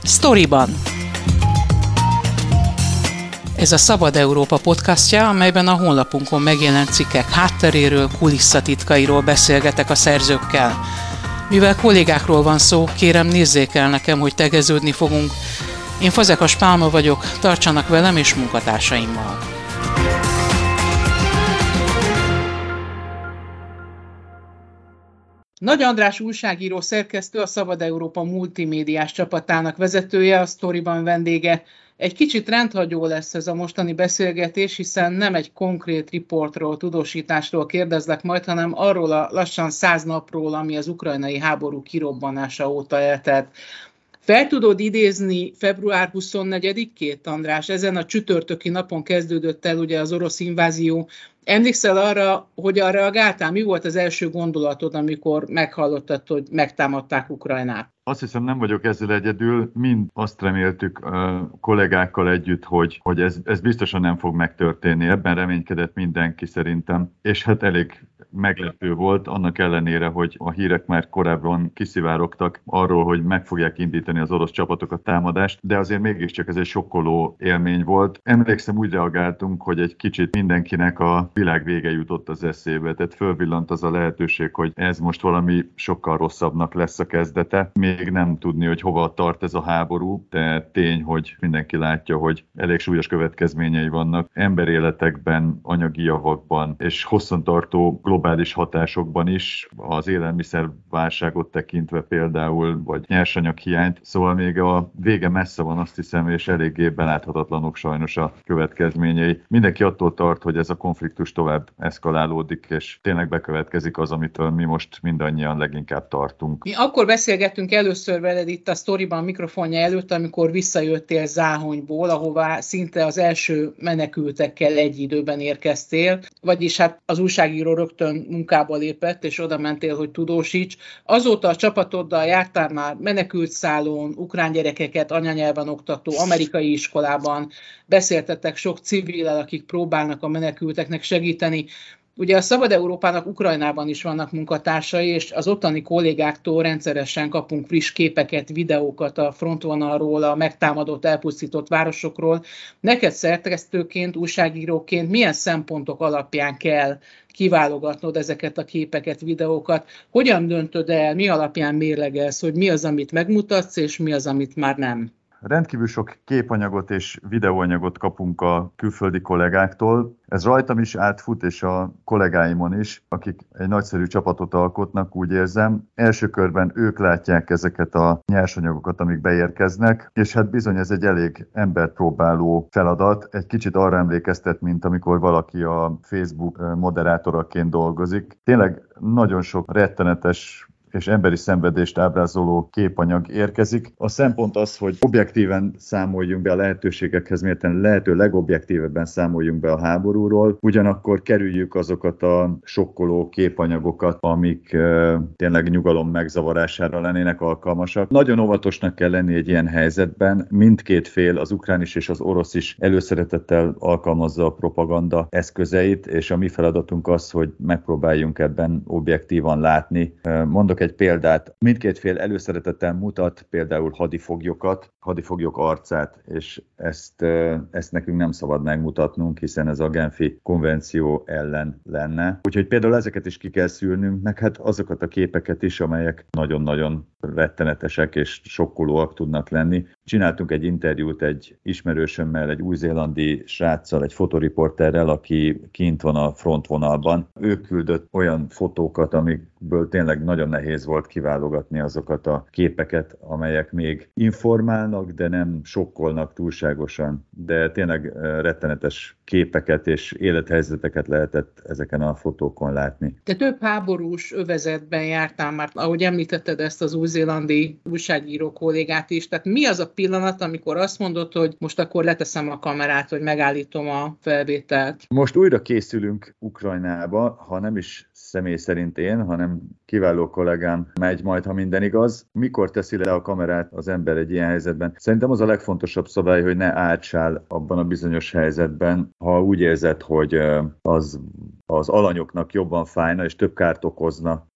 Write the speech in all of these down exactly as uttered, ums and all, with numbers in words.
Sztoriban. Ez a Szabad Európa podcastja, amelyben a honlapunkon megjelent cikkek hátteréről, kulisszatitkairól beszélgetek a szerzőkkel. Mivel kollégákról van szó, kérem nézzék el nekem, hogy tegeződni fogunk. Én Fazekas Pálma vagyok, tartsanak velem és munkatársaimmal. Nagy András újságíró szerkesztő, a Szabad Európa multimédiás csapatának vezetője, a Sztoriban vendége. Egy kicsit rendhagyó lesz ez a mostani beszélgetés, hiszen nem egy konkrét riportról, tudósításról kérdezlek majd, hanem arról a lassan száz napról, ami az ukrajnai háború kirobbanása óta eltelt. Fel tudod idézni február huszonnegyedikét, András? Ezen a csütörtöki napon kezdődött el ugye az orosz invázió. Emlékszel arra, hogyan reagáltál? Mi volt az első gondolatod, amikor meghallottad, hogy megtámadták Ukrajnát? Azt hiszem, nem vagyok ezzel egyedül. Mind azt reméltük a kollégákkal együtt, hogy, hogy ez, ez biztosan nem fog megtörténni. Ebben reménykedett mindenki szerintem. És hát elég meglepő volt, annak ellenére, hogy a hírek már korábban kiszivárogtak arról, hogy meg fogják indítani az orosz csapatok a támadást, de azért mégiscsak ez egy sokkoló élmény volt. Emlékszem, úgy reagáltunk, hogy egy kicsit mindenkinek a világ vége jutott az eszébe, tehát fölvillant az a lehetőség, hogy ez most valami sokkal rosszabbnak lesz a kezdete. Még nem tudni, hogy hova tart ez a háború, de tény, hogy mindenki látja, hogy elég súlyos következményei vannak emberéletekben, anyagi javakban és hosszantartó globális hatásokban is, az élelmiszerválságot tekintve például, vagy nyersanyaghiányt. Szóval még a vége messze van, azt hiszem, és eléggé beláthatatlanok sajnos a következményei. Mindenki attól tart, hogy ez a konfliktus tovább eszkalálódik, és tényleg bekövetkezik az, amitől mi most mindannyian leginkább tartunk. Mi akkor beszélgettünk először veled itt a Sztoriban mikrofonja előtt, amikor visszajöttél Záhonyból, ahová szinte az első menekültekkel egy időben érkeztél, vagyis hát az újságíró rögtön munkába lépett, és oda mentél, hogy tudósíts. Azóta a csapatoddal jártál már menekültszállón, ukrán gyerekeket anyanyelven oktató amerikai iskolában, beszéltettek sok civillel, akik próbálnak a menekülteknek segíteni. Ugye a Szabad Európának Ukrajnában is vannak munkatársai, és az ottani kollégáktól rendszeresen kapunk friss képeket, videókat a frontvonalról, a megtámadott, elpusztított városokról. Neked szerkesztőként, újságíróként milyen szempontok alapján kell kiválogatnod ezeket a képeket, videókat? Hogyan döntöd el, mi alapján mérlegelsz, hogy mi az, amit megmutatsz, és mi az, amit már nem? Rendkívül sok képanyagot és videóanyagot kapunk a külföldi kollégáktól. Ez rajtam is átfut, és a kollégáimon is, akik egy nagyszerű csapatot alkotnak, úgy érzem. Első körben ők látják ezeket a nyersanyagokat, amik beérkeznek, és hát bizony ez egy elég embert próbáló feladat. Egy kicsit arra emlékeztet, mint amikor valaki a Facebook moderátoraként dolgozik. Tényleg nagyon sok rettenetes és emberi szenvedést ábrázoló képanyag érkezik. A szempont az, hogy objektíven számoljunk be a lehetőségekhez mérten, lehető legobjektívebben számoljunk be a háborúról, ugyanakkor kerüljük azokat a sokkoló képanyagokat, amik e, tényleg nyugalom megzavarására lennének alkalmasak. Nagyon óvatosnak kell lenni egy ilyen helyzetben. Mindkét fél, az ukrán is és az orosz is előszeretettel alkalmazza a propaganda eszközeit, és a mi feladatunk az, hogy megpróbáljunk ebben objektívan látni. Mondok egy példát, mindkét fél előszeretettel mutat például hadifoglyokat, hadifoglyok arcát, és ezt, ezt nekünk nem szabad megmutatnunk, hiszen ez a Genfi konvenció ellen lenne. Úgyhogy például ezeket is ki kell szűrnünk, meg hát azokat a képeket is, amelyek nagyon-nagyon rettenetesek és sokkolóak tudnak lenni. Csináltunk egy interjút egy ismerősömmel, egy új-zélandi sráccal, egy fotoriporterrel, aki kint van a frontvonalban. Ő küldött olyan fotókat, amikből tényleg nagyon nehéz volt kiválogatni azokat a képeket, amelyek még informálnak, de nem sokkolnak túlságosan. De tényleg rettenetes képeket és élethelyzeteket lehetett ezeken a fotókon látni. Te több háborús övezetben jártál már, ahogy említetted ezt az új-zélandi újságíró kollégát is. Tehát mi az a pillanat, amikor azt mondod, hogy most akkor leteszem a kamerát, hogy megállítom a felvételt? Most újra készülünk Ukrajnába, ha nem is személy szerint én, hanem kiváló kollégám megy majd, ha minden igaz. Mikor teszi le a kamerát az ember egy ilyen helyzetben? Szerintem az a legfontosabb szabály, hogy ne átsáll abban a bizonyos helyzetben, ha úgy érzed, hogy az, az alanyoknak jobban fájna és több kárt okozna, mint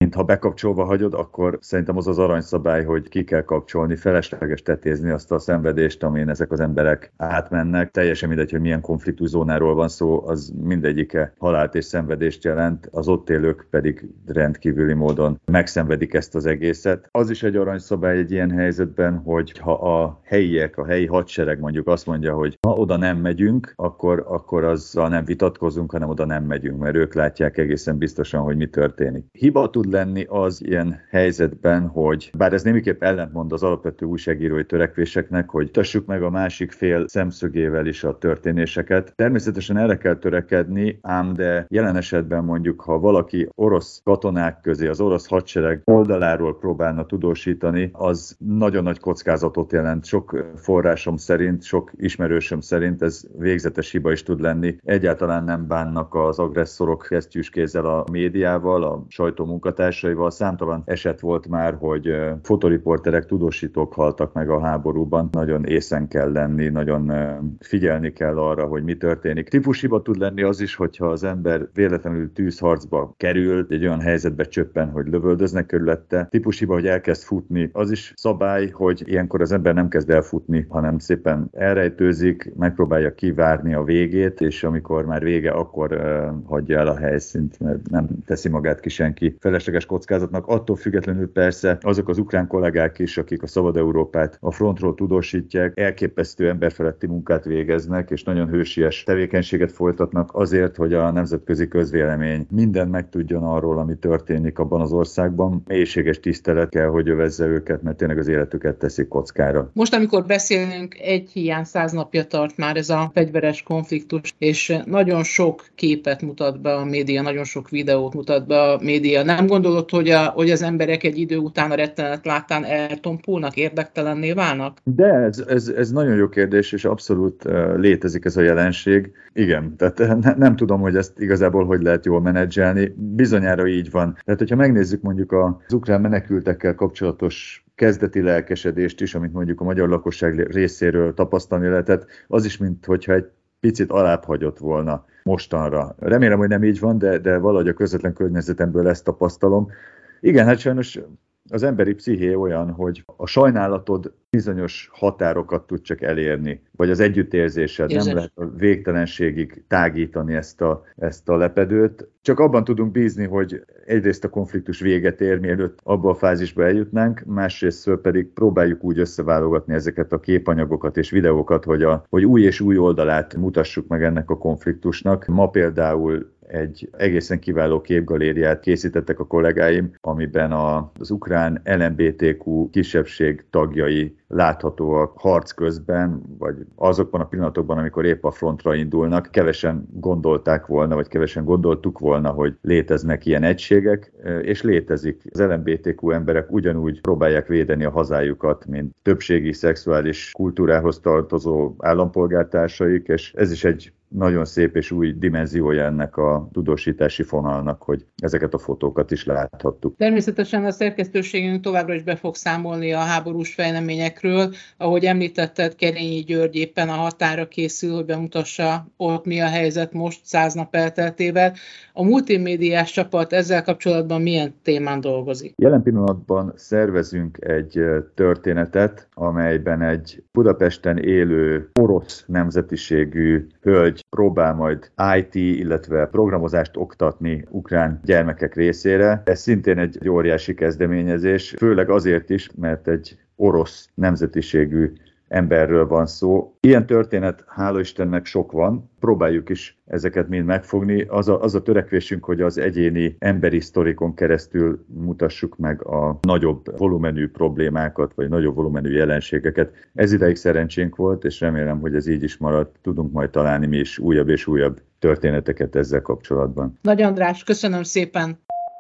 megint, ha bekapcsolva hagyod, akkor szerintem az az aranyszabály, hogy ki kell kapcsolni, felesleges tetézni azt a szenvedést, amin ezek az emberek átmennek. Teljesen mindegy, hogy milyen konfliktuszónáról van szó, az mindegyike halált és szenvedést jelent, az ott élők pedig rendkívüli módon megszenvedik ezt az egészet. Az is egy aranyszabály egy ilyen helyzetben, hogy ha a helyiek, a helyi hadsereg mondjuk azt mondja, hogy ha oda nem megyünk, akkor, akkor azzal nem vitatkozunk, hanem oda nem megyünk, mert ők látják egészen biztosan, hogy mi történik. Hiba tud lenni az ilyen helyzetben, hogy bár ez némiképp ellentmond az alapvető újságírói törekvéseknek, hogy tassuk meg a másik fél szemszögével is a történéseket. Természetesen erre kell törekedni, ám de jelen esetben mondjuk, ha valaki orosz katonák közé, az orosz hadsereg oldaláról próbálna tudósítani, az nagyon nagy kockázatot jelent. Sok forrásom szerint, sok ismerősöm szerint ez végzetes hiba is tud lenni. Egyáltalán nem bánnak az agresszorok kesztyűskézzel a médiával, a sajtó munkatársaival. Számtalan eset volt már, hogy fotoriporterek, tudósítók haltak meg a háborúban. Nagyon észen kell lenni, nagyon figyelni kell arra, hogy mi történik. Típushiba tud lenni az is, hogyha az ember véletlenül tűzharcba kerül, egy olyan helyzetbe csöppen, hogy lövöldöznek körülötte. Típushiba, hogy elkezd futni. Az is szabály, hogy ilyenkor az ember nem kezd elfutni, hanem szépen elrejtőzik, megpróbálja kivárni a végét, és amikor már vége, akkor uh, hagyja el a helyszínt, mert nem teszi magát ki senki felesleges kockázatnak. Attól függetlenül persze azok az ukrán kollégák is, akik a Szabad Európát a frontról tudósítják, elképesztő emberfeletti munkát végeznek, és nagyon hősies tevékenységet folytatnak azért, hogy a nemzetközi közvélemény mindent megtudjon arról, ami történik abban az országban. Mélységes tisztelet kell, hogy övezze őket, mert tényleg az életüket teszik kockára. Most, amikor beszélünk, egy hiány száz napja tart már ez a fegyveres konfliktus, és nagyon sok képet mutat be a média, nagyon sok videót mutat be a média. Nem gondolod, hogy, a, hogy az emberek egy idő után a rettenet láttán eltompulnak, érdektelenné válnak? De ez, ez, ez nagyon jó kérdés, és abszolút uh, létezik ez a jelenség. Igen, tehát ne, nem tudom, hogy ezt igazából hogy lehet jól menedzselni. Bizonyára így van. Tehát, hogyha megnézzük mondjuk az ukrán menekültekkel kapcsolatos kezdeti lelkesedést is, amit mondjuk a magyar lakosság részéről tapasztalni lehetett, az is, minthogyha egy picit alább hagyott volna mostanra. Remélem, hogy nem így van, de, de valahogy a közvetlen környezetemből ezt tapasztalom. Igen, hát sajnos az emberi psziché olyan, hogy a sajnálatod bizonyos határokat tud csak elérni, vagy az együttérzésed. Érzés. Nem lehet a végtelenségig tágítani ezt a, ezt a lepedőt. Csak abban tudunk bízni, hogy egyrészt a konfliktus véget ér, mielőtt abba a fázisba eljutnánk, másrészt pedig próbáljuk úgy összeválogatni ezeket a képanyagokat és videókat, hogy, a, hogy új és új oldalát mutassuk meg ennek a konfliktusnak. Ma például egy egészen kiváló képgalériát készítettek a kollégáim, amiben a, az ukrán el em bé té kú kisebbség tagjai láthatóak harc közben, vagy azokban a pillanatokban, amikor épp a frontra indulnak. Kevesen gondolták volna, vagy kevesen gondoltuk volna, hogy léteznek ilyen egységek, és létezik. Az el em bé té kú emberek ugyanúgy próbálják védeni a hazájukat, mint többségi szexuális kultúrához tartozó állampolgártársaik, és ez is egy nagyon szép és új dimenziója ennek a tudósítási fonalnak, hogy ezeket a fotókat is láthattuk. Természetesen a szerkesztőségünk továbbra is be fog számolni a háborús fejleményekről. Ahogy említetted, Kerényi György éppen a határa készül, hogy bemutassa ott mi a helyzet most száz nap elteltével. A multimédiás csapat ezzel kapcsolatban milyen témán dolgozik? Jelen pillanatban szervezünk egy történetet, amelyben egy Budapesten élő orosz nemzetiségű hölgy próbál majd i té, illetve programozást oktatni ukrán gyermekek részére. Ez szintén egy óriási kezdeményezés, főleg azért is, mert egy orosz nemzetiségű emberről van szó. Ilyen történet, hála Istennek sok van, próbáljuk is ezeket mind megfogni. Az a, az a törekvésünk, hogy az egyéni emberi sztorikon keresztül mutassuk meg a nagyobb volumenű problémákat, vagy nagyobb volumenű jelenségeket. Ez ideig szerencsénk volt, és remélem, hogy ez így is marad. Tudunk majd találni mi is újabb és újabb történeteket ezzel kapcsolatban. Nagy András, köszönöm szépen!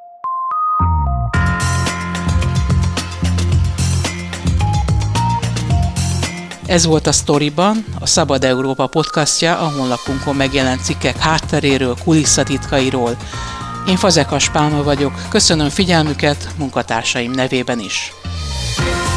Ez volt a Sztoriban, a Szabad Európa podcastja, a honlapunkon megjelent cikkek hátteréről, kulisszatitkairól. Én Fazekas Pálma vagyok, köszönöm figyelmüket munkatársaim nevében is.